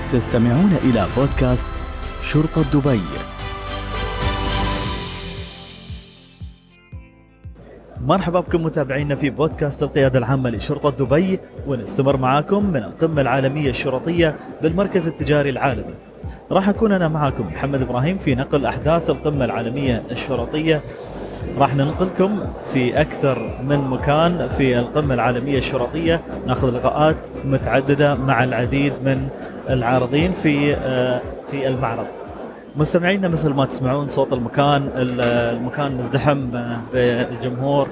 تستمعون إلى بودكاست شرطة دبي. مرحبا بكم متابعينا في بودكاست القيادة العامة لشرطة دبي، ونستمر معاكم من القمة العالمية الشرطية بالمركز التجاري العالمي. راح أكون أنا معاكم محمد إبراهيم في نقل أحداث القمة العالمية الشرطية. راح ننقلكم في أكثر من مكان في القمة العالمية الشرطية، ناخذ لقاءات متعددة مع العديد من العارضين في المعرض. مستمعينا مثل ما تسمعون صوت المكان مزدحم بالجمهور،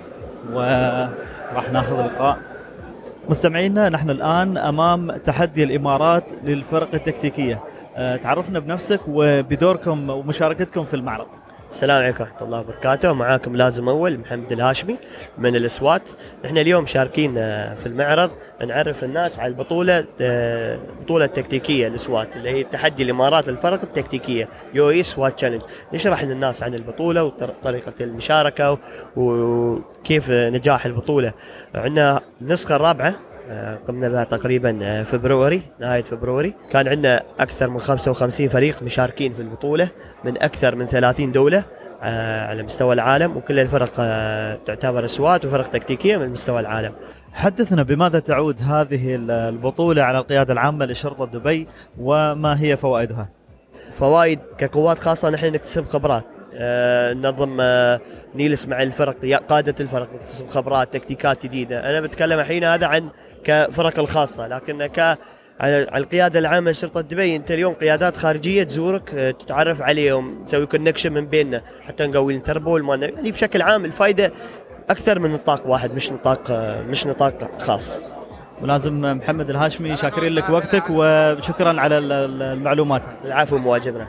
وراح ناخذ لقاء. مستمعينا نحن الآن أمام تحدي الإمارات للفرق التكتيكية. تعرفنا بنفسك وبدوركم ومشاركتكم في المعرض. السلام عليكم ورحمة الله وبركاته. معاكم لازم أول محمد الهاشمي من الأسوات. نحن اليوم شاركين في المعرض نعرف الناس على بطولة تكتيكية الأسوات اللي هي تحدي الإمارات للفرق التكتيكية UAE سوات تشالنج. نشرح للناس عن البطولة وطريقة المشاركة وكيف نجاح البطولة. عندنا النسخة الرابعة قمنا بها تقريبا فبراير، نهاية فبراير. كان عندنا أكثر من 55 فريق مشاركين في البطولة من أكثر من 30 دولة على مستوى العالم، وكل الفرق تعتبر أسوات وفرق تكتيكية من مستوى العالم. حدثنا بماذا تعود هذه البطولة على القيادة العامة لشرطة دبي، وما هي فوائدها؟ فوائد كقوات خاصة نحن نكتسب خبرات، ننظم نجلس مع الفرق، قادة الفرق، نكتسب خبرات تكتيكات جديدة. أنا بتكلم الحين هذا عن كفرق الخاصة، لكن على القيادة العامة لشرطة دبي أنت اليوم قيادات خارجية تزورك، تتعرف عليهم، تسوي كونكشن من بيننا حتى نقوي التربول. يعني بشكل عام الفائدة أكثر من نطاق واحد، مش نطاق خاص. ولازم محمد الهاشمي شاكرين لك وقتك وشكرا على المعلومات. العفو، مواجبنا.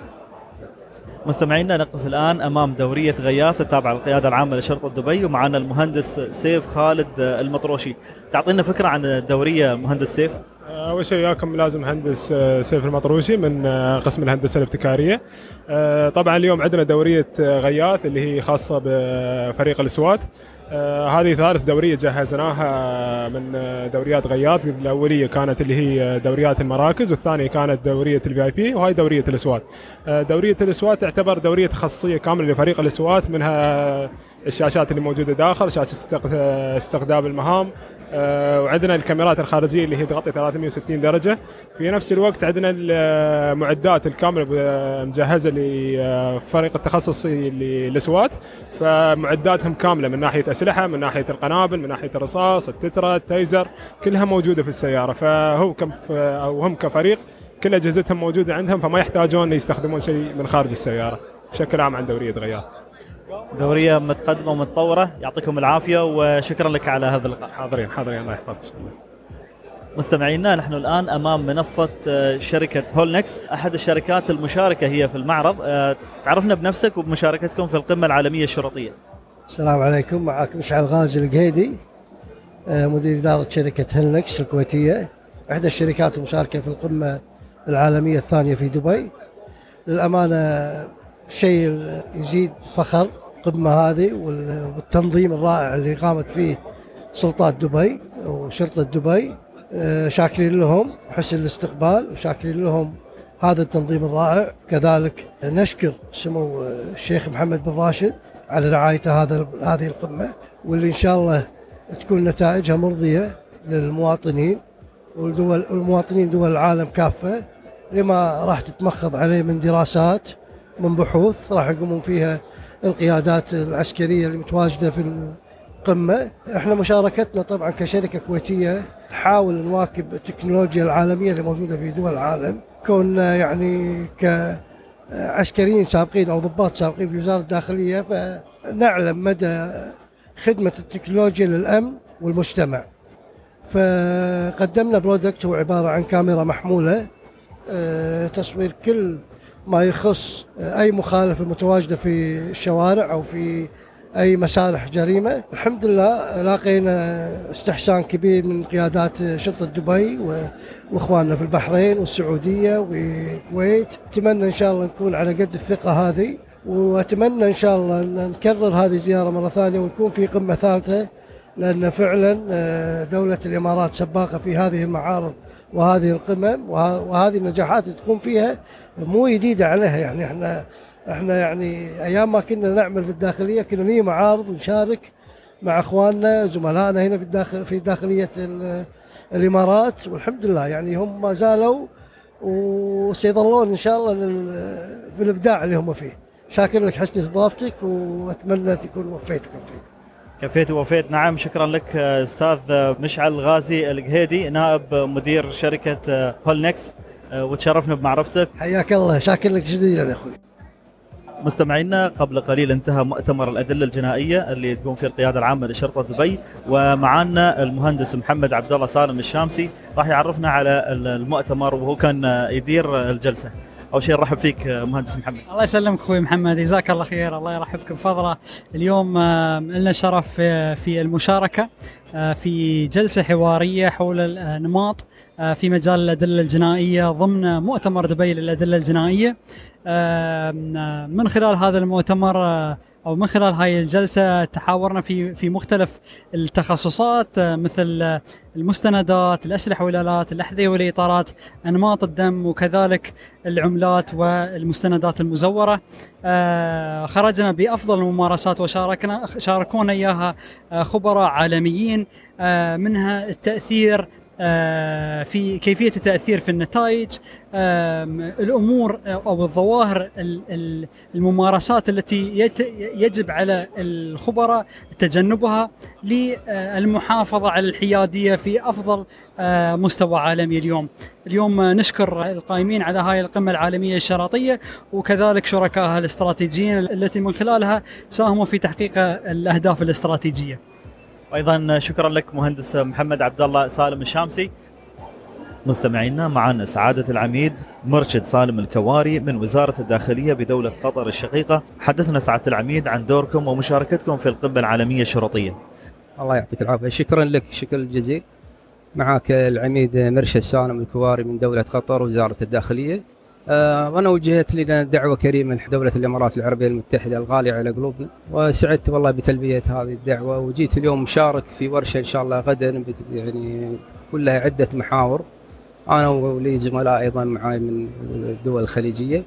مستمعينا نقف الآن أمام دورية غياث التابعة للقيادة العامة لشرطة دبي، ومعنا المهندس سيف خالد المطروشي. تعطينا فكرة عن الدورية مهندس سيف؟ أول شيء وياكم لازم مهندس سيف المطروشي من قسم الهندسة الابتكارية. طبعا اليوم عندنا دورية غياث اللي هي خاصة بفريق الأسوات. هذه ثالث دورية جهزناها من دوريات غياث. الأولية كانت اللي هي دوريات المراكز، والثانية كانت دورية الVIP، وهي دورية الأسوات. دورية الأسوات تعتبر دورية تخصصية كاملة لفريق الأسوات، منها الشاشات اللي موجودة داخل، شاشة استخدام المهام، وعندنا الكاميرات الخارجية اللي هي تغطي 360 درجة. في نفس الوقت عندنا المعدات الكاملة مجهزة لفريق التخصصي للأسوات، فمعداتهم كاملة من ناحية أسلحة، من ناحية القنابل، من ناحية الرصاص، التترا، التيزر، كلها موجودة في السيارة. هم كفريق كل أجهزتهم موجودة عندهم، فما يحتاجون يستخدمون شيء من خارج السيارة. بشكل عام عن دورية غياث. دورية متقدمة ومتطورة، يعطيكم العافية وشكرا لك على هذا اللقاء. حاضرين الله يحفظك. مستمعينا نحن الآن أمام منصة شركة هولنكس، أحد الشركات المشاركة هي في المعرض. تعرفنا بنفسك وبمشاركتكم في القمة العالمية الشرطية. السلام عليكم، معك مشعل غازي القهيدي، مدير إدارة شركة هولنكس الكويتية، إحدى الشركات المشاركة في القمة العالمية الثانية في دبي. للأمانة شيء يزيد فخر القمة هذه والتنظيم الرائع اللي قامت فيه سلطات دبي وشرطة دبي. شاكرين لهم حسن الاستقبال، وشاكرين لهم هذا التنظيم الرائع. كذلك نشكر سمو الشيخ محمد بن راشد على رعايته هذه القمة، واللي إن شاء الله تكون نتائجها مرضية للمواطنين والمواطنين دول العالم كافة، لما راح تتمخض عليه من دراسات، من بحوث راح يقومون فيها القيادات العسكرية اللي متواجدة في القمة. احنا مشاركتنا طبعا كشركة كويتية نحاول نواكب التكنولوجيا العالمية اللي موجودة في دول العالم، كوننا يعني كعسكريين سابقين أو ضباط سابقين في وزارة الداخلية، فنعلم مدى خدمة التكنولوجيا للأمن والمجتمع. فقدمنا برودكت هو عبارة عن كاميرا محمولة تصوير كل ما يخص أي مخالفة متواجدة في الشوارع أو في أي مسارح جريمة. الحمد لله لاقينا استحسان كبير من قيادات شرطة دبي وإخواننا في البحرين والسعودية والكويت. أتمنى إن شاء الله نكون على قد الثقة هذه، وأتمنى إن شاء الله أن نكرر هذه الزيارة مرة ثانية ويكون في قمة ثالثة لأن فعلا دولة الإمارات سباقة في هذه المعارض وهذه القمم وهذه النجاحات اللي تقوم فيها مو جديدة عليها. يعني احنا يعني أيام ما كنا نعمل في الداخلية كنا نيجي معارض ونشارك مع اخواننا زملائنا هنا في داخليه الامارات، والحمد لله يعني هم ما زالوا وسيظلون ان شاء الله في الابداع اللي هم فيه. شاكر لك حسن استضافتك واتمنى تكون وفيت. كفيت ووفيت. نعم، شكرا لك استاذ مشعل غازي القهيدي نائب مدير شركه هولنكس، وتشرفنا بمعرفتك. حياك الله، شاكر لك جزيلا يا اخوي. مستمعينا، قبل قليل انتهى مؤتمر الأدلة الجنائية اللي تقوم فيه القيادة العامة لشرطة دبي، ومعنا المهندس محمد عبد الله سالم الشامسي راح يعرفنا على المؤتمر وهو كان يدير الجلسة. أول شيء نرحب فيك مهندس محمد. الله يسلمك أخوي محمد، جزاك الله خير، الله يرحبك بفضله. اليوم لنا شرف في المشاركة في جلسة حوارية حول النماط في مجال الأدلة الجنائية ضمن مؤتمر دبي للأدلة الجنائية. من خلال هذا المؤتمر أو من خلال هاي الجلسة تحاورنا في مختلف التخصصات مثل المستندات، الأسلحة والآلات، الأحذية والإطارات، أنماط الدم، وكذلك العملات والمستندات المزورة. خرجنا بأفضل الممارسات وشاركونا إياها خبراء عالميين، منها التأثير في كيفية التأثير في النتائج، الأمور أو الظواهر، الممارسات التي يجب على الخبراء تجنبها للمحافظة على الحيادية في أفضل مستوى عالمي. اليوم نشكر القائمين على هاي القمة العالمية الشراطية وكذلك شركائها الاستراتيجيين التي من خلالها ساهموا في تحقيق الأهداف الاستراتيجية. وأيضا شكرا لك مهندس محمد عبد الله سالم الشامسي. مستمعينا، معنا سعادة العميد مرشد سالم الكواري من وزارة الداخلية بدولة قطر الشقيقة. حدثنا سعادة العميد عن دوركم ومشاركتكم في القمة العالمية الشرطية. الله يعطيك العافية، شكرا لك، شكرا جزيل. معك العميد مرشد سالم الكواري من دولة قطر وزارة الداخلية. وأنا وجهت لنا دعوة كريمة من دولة الإمارات العربية المتحدة الغالية على قلوبنا، وسعدت والله بتلبية هذه الدعوة، وجيت اليوم مشارك في ورشة إن شاء الله غدا يعني كلها عدة محاور، أنا ولي زملاء أيضا معي من الدول الخليجية.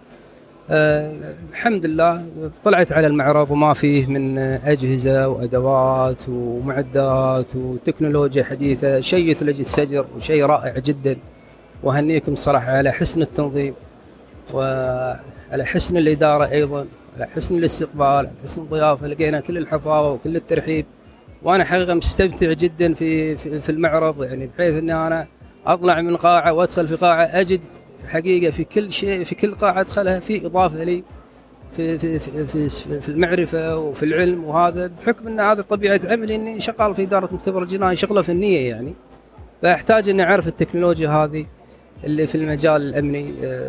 الحمد لله طلعت على المعرض وما فيه من أجهزة وأدوات ومعدات وتكنولوجيا حديثة، شيء يثلج السجر وشيء رائع جدا. وهنيكم صراحة على حسن التنظيم وعلى حسن الإدارة، أيضا على حسن الاستقبال، على حسن الضيافة. لقينا كل الحفاوة وكل الترحيب، وأنا حقيقة مستمتع جدا في المعرض، يعني بحيث أني أنا أطلع من قاعة وأدخل في قاعة أجد حقيقة في كل شيء، في كل قاعة أدخلها في إضافة لي في المعرفة وفي العلم. وهذا بحكم أن هذا طبيعة عملي، إني شغال في إدارة مختبر الجنائي، شغلة فنية يعني، فأحتاج أن أعرف التكنولوجيا هذه اللي في المجال الأمني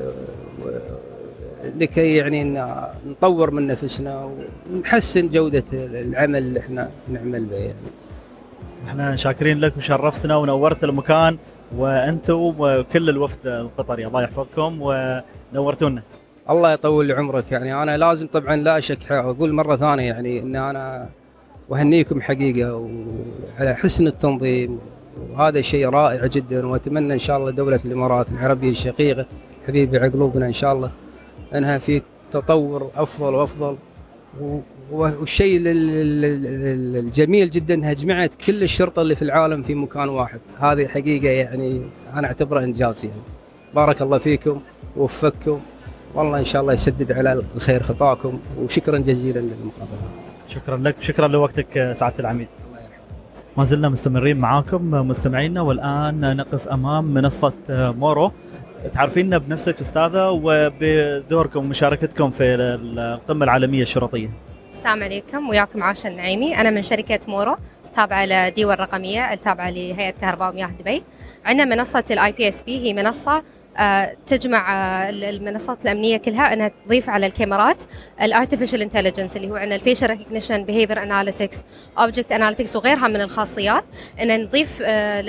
لكي يعني نطور من نفسنا ونحسن جودة العمل اللي احنا نعمل به. يعني احنا شاكرين لك وشرفتنا ونورت المكان، وانتم وكل الوفد القطري الله يحفظكم ونورتونا. الله يطول عمرك. يعني انا لازم طبعا لا شك اقول مرة ثانية يعني ان انا وهنيكم حقيقة وعلى حسن التنظيم، وهذا شيء رائع جدا. واتمنى ان شاء الله دولة الامارات العربية الشقيقة حبيبي عقلوبنا ان شاء الله انها في تطور افضل وافضل. والشيء الجميل جدا انها جمعت كل الشرطة اللي في العالم في مكان واحد، هذه حقيقة يعني انا اعتبرها انجاز. يعني بارك الله فيكم ووفقكم، والله ان شاء الله يسدد على الخير خطاكم، وشكرا جزيلا للمقابلة. شكرا لك، شكرا لوقتك سعادة العميد. ما زلنا مستمرين معاكم مستمعينا، والآن نقف أمام منصة مورو. تعرفينا بنفسك أستاذة وبدوركم ومشاركتكم في القمة العالمية الشرطية. السلام عليكم، وياكم عاشا النعيمي. أنا من شركة مورو تابعة لديوى الرقمية التابعة لهيئة كهرباء ومياه دبي. عندنا منصة IPSP، هي منصة تجمع المنصات الأمنية كلها، أنها تضيف على الكاميرات الارتفيشال انتليجنس اللي هو عندنا الفيشل ريكوجنيشن، بيهيفير اناليتكس، اوبجكت اناليتكس وغيرها من الخاصيات، أن نضيف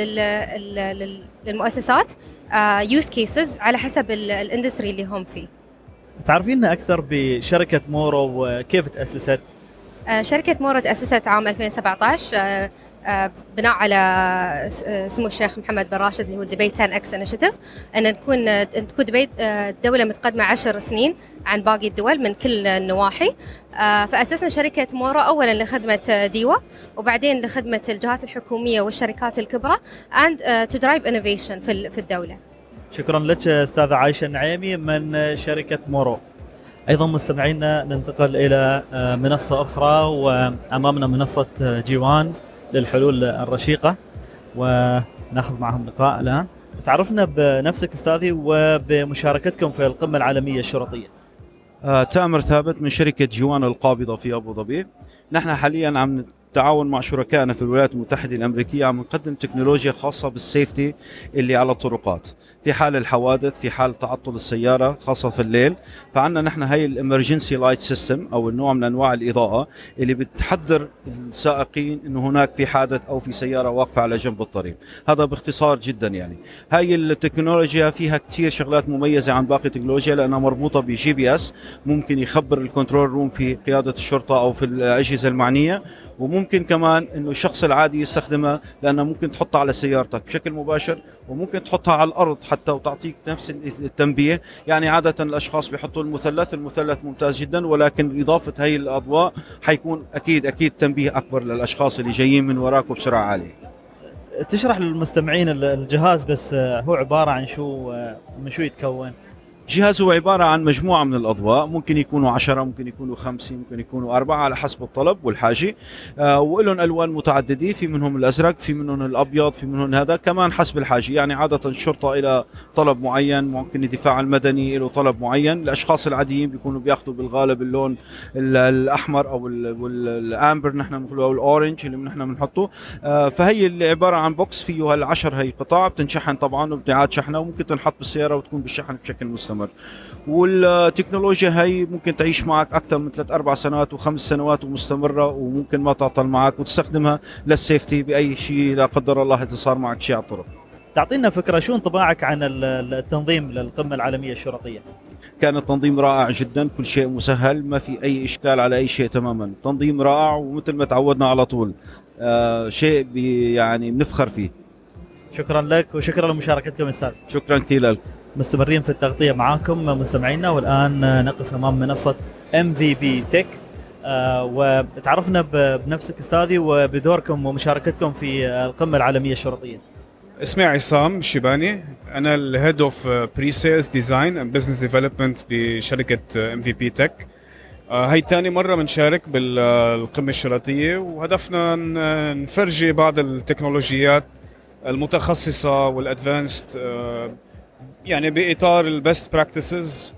للمؤسسات يوز كيسز على حسب الاندستري اللي هم فيه. تعرفينا أكثر بشركة مورو وكيف تأسست؟ شركة مورو تأسست عام 2017 بناء على سمو الشيخ محمد بن راشد اللي هو دبي 10X Initiative، أن تكون دبي دولة متقدمة 10 سنين عن باقي الدول من كل النواحي. فأسسنا شركة مورو أولا لخدمة ديوة، وبعدين لخدمة الجهات الحكومية والشركات الكبرى and to drive innovation في الدولة. شكرا لك أستاذة عايشة النعيمي من شركة مورو. أيضا مستمعينا ننتقل إلى منصة أخرى، وأمامنا منصة جيوان للحلول الرشيقة، وناخذ معهم لقاء الآن. تعرفنا بنفسك أستاذي وبمشاركتكم في القمة العالمية الشرطية. تامر ثابت من شركة جيوان القابضة في أبو ظبي. نحن حاليا عم نتعاون مع شركائنا في الولايات المتحدة الأمريكية، عم نقدم تكنولوجيا خاصة بالسيفتي اللي على الطرقات في حال الحوادث، في حال تعطل السيارة خاصة في الليل. فعنا نحن هاي الامرجنسي لايت سيستم أو النوع من أنواع الإضاءة اللي بتحذر السائقين إنه هناك في حادث أو في سيارة واقفة على جنب الطريق. هذا باختصار جدا. يعني هاي التكنولوجيا فيها كتير شغلات مميزة عن باقي التكنولوجيا، لأنها مربوطة بجي بي اس، ممكن يخبر الكنترول روم في قيادة الشرطة أو في الأجهزة المعنية، وممكن كمان إنه الشخص العادي يستخدمها لأنها ممكن تحطها على سيارتك بشكل مباشر، وممكن تحطها على الأرض حتى وتعطيك نفس التنبيه. يعني عادة الأشخاص بيحطوا المثلث ممتاز جدا، ولكن إضافة هاي الأضواء حيكون أكيد تنبيه أكبر للأشخاص اللي جايين من وراك وبسرعة عالية. تشرح للمستمعين الجهاز بس هو عبارة عن شو، من شو يتكون؟ جهاز هو عبارة عن مجموعة من الأضواء، ممكن يكونوا 10، ممكن يكونوا 5، ممكن يكونوا 4 على حسب الطلب والحاجة. وإلهم ألوان متعددة، في منهم الأزرق، في منهم الأبيض، في منهم هذا كمان حسب الحاجة. يعني عادة الشرطة إلى طلب معين، ممكن الدفاع المدني له طلب معين. الأشخاص العاديين بيكونوا بياخدوا بالغالب اللون الأحمر أو الأمبر نحن بنقوله، أو الأورنج اللي نحن بنحطه. فهي اللي عبارة عن بوكس فيه هال10 هي قطع بتنشحن طبعا وبتعاد شحنها، وممكن تنحط بالسيارة وتكون بالشحن بشكل مستمر. والتكنولوجيا هي ممكن تعيش معك أكثر من 3-4 سنوات و5 سنوات ومستمرة، وممكن ما تعطل معك، وتستخدمها للسيفتي بأي شيء لا قدر الله إذا صار معك شيء على الطرق. تعطينا فكرة شو انطباعك عن التنظيم للقمة العالمية الشرطية؟ كان التنظيم رائع جدا، كل شيء مسهل، ما في أي إشكال على أي شيء تماما. تنظيم رائع ومثل ما تعودنا على طول، شيء يعني بنفخر فيه. شكرا لك وشكرا لمشاركتكم أستاذ. شكرا كثير لك. مستمرين في التغطية معاكم مستمعينا، والآن نقف أمام منصة MVP Tech. وتعرفنا بنفسك أستاذي وبدوركم ومشاركتكم في القمة العالمية الشرطية. اسمي عصام شيباني، أنا الهيد اوف بري سيلز ديزاين اند بزنس ديفلوبمنت بشركة MVP Tech. هاي تاني مرة بنشارك بالقمة الشرطية، وهدفنا نفرجي بعض التكنولوجيات المتخصصة والادفانسد يعني بإطار البست براكتسز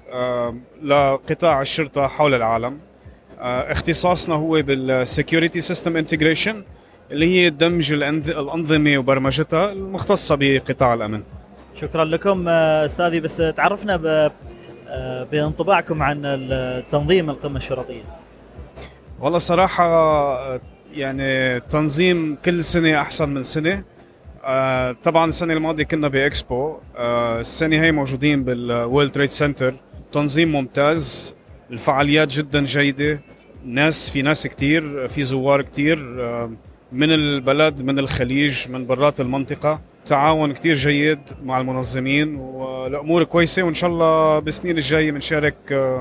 لقطاع الشرطة حول العالم. اختصاصنا هو بالسكيورتي سيستم انتجريشن، اللي هي دمج الأنظمة وبرمجتها المختصة بقطاع الأمن. شكرا لكم أستاذي، بس تعرفنا بانطباعكم عن تنظيم القمة الشرطية. والله صراحة يعني تنظيم كل سنة أحسن من سنة. طبعا السنة الماضية كنا بإكسبو، السنة هي موجودين بالوورلد تريد سنتر. تنظيم ممتاز، الفعاليات جدا جيدة، في ناس كتير، في زوار كتير من البلد، من الخليج، من برات المنطقة. تعاون كتير جيد مع المنظمين والأمور كويسة، وإن شاء الله بالسنين الجاية بنشارك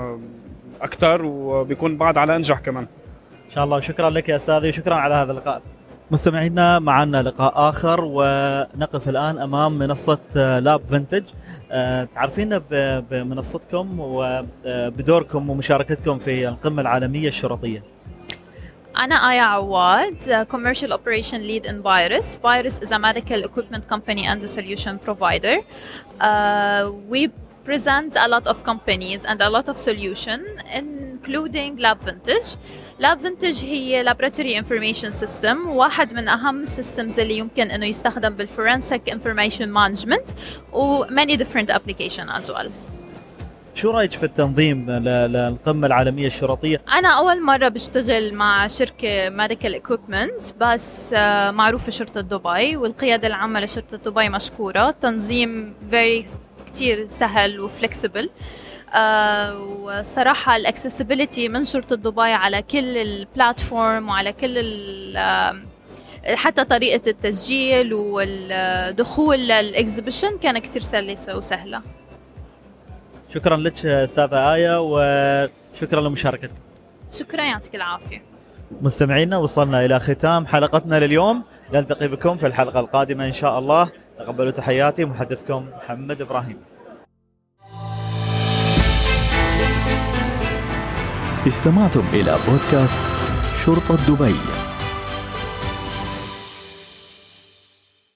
أكتر وبيكون بعد على أنجح كمان إن شاء الله. وشكرا لك يا أستاذي وشكرا على هذا اللقاء. مستمعينا معنا لقاء آخر، ونقف الآن أمام منصة لاب فينتج. تعرفين بمنصتكم وبدوركم ومشاركتكم في القمة العالمية الشرطية. أنا آية عواد, Commercial Operation Lead in Virus. Virus is a medical equipment company and a solution provider. We present a lot of companies and a lot of solutions, including Lab Vintage. Lab Vintage هي Laboratory Information System, واحد من أهم systems اللي يمكن إنه يستخدم بالforensic information management و many different applications as well. شو رأيك في التنظيم للقمة العالمية الشرطية؟ أنا أول مرة بشتغل مع شركة medical equipment بس معروفة شرطة دبي, والقيادة العامة لشرطة دبي مشكورة. تنظيم كتير سهل وفلكسبل. وصراحة الاكسسبيليتي من شرطة دبي على كل البلاتفورم وعلى كل حتى طريقة التسجيل والدخول للإكزيبيشن كان كتير سلسة وسهلة. شكرا لك أستاذة آية وشكرا لمشاركتكم. شكرا، يعطيك العافية. مستمعينا وصلنا إلى ختام حلقتنا لليوم، نلتقي بكم في الحلقة القادمة إن شاء الله. تقبلوا تحياتي، محدثكم محمد إبراهيم. استمعتم إلى بودكاست شرطة دبي.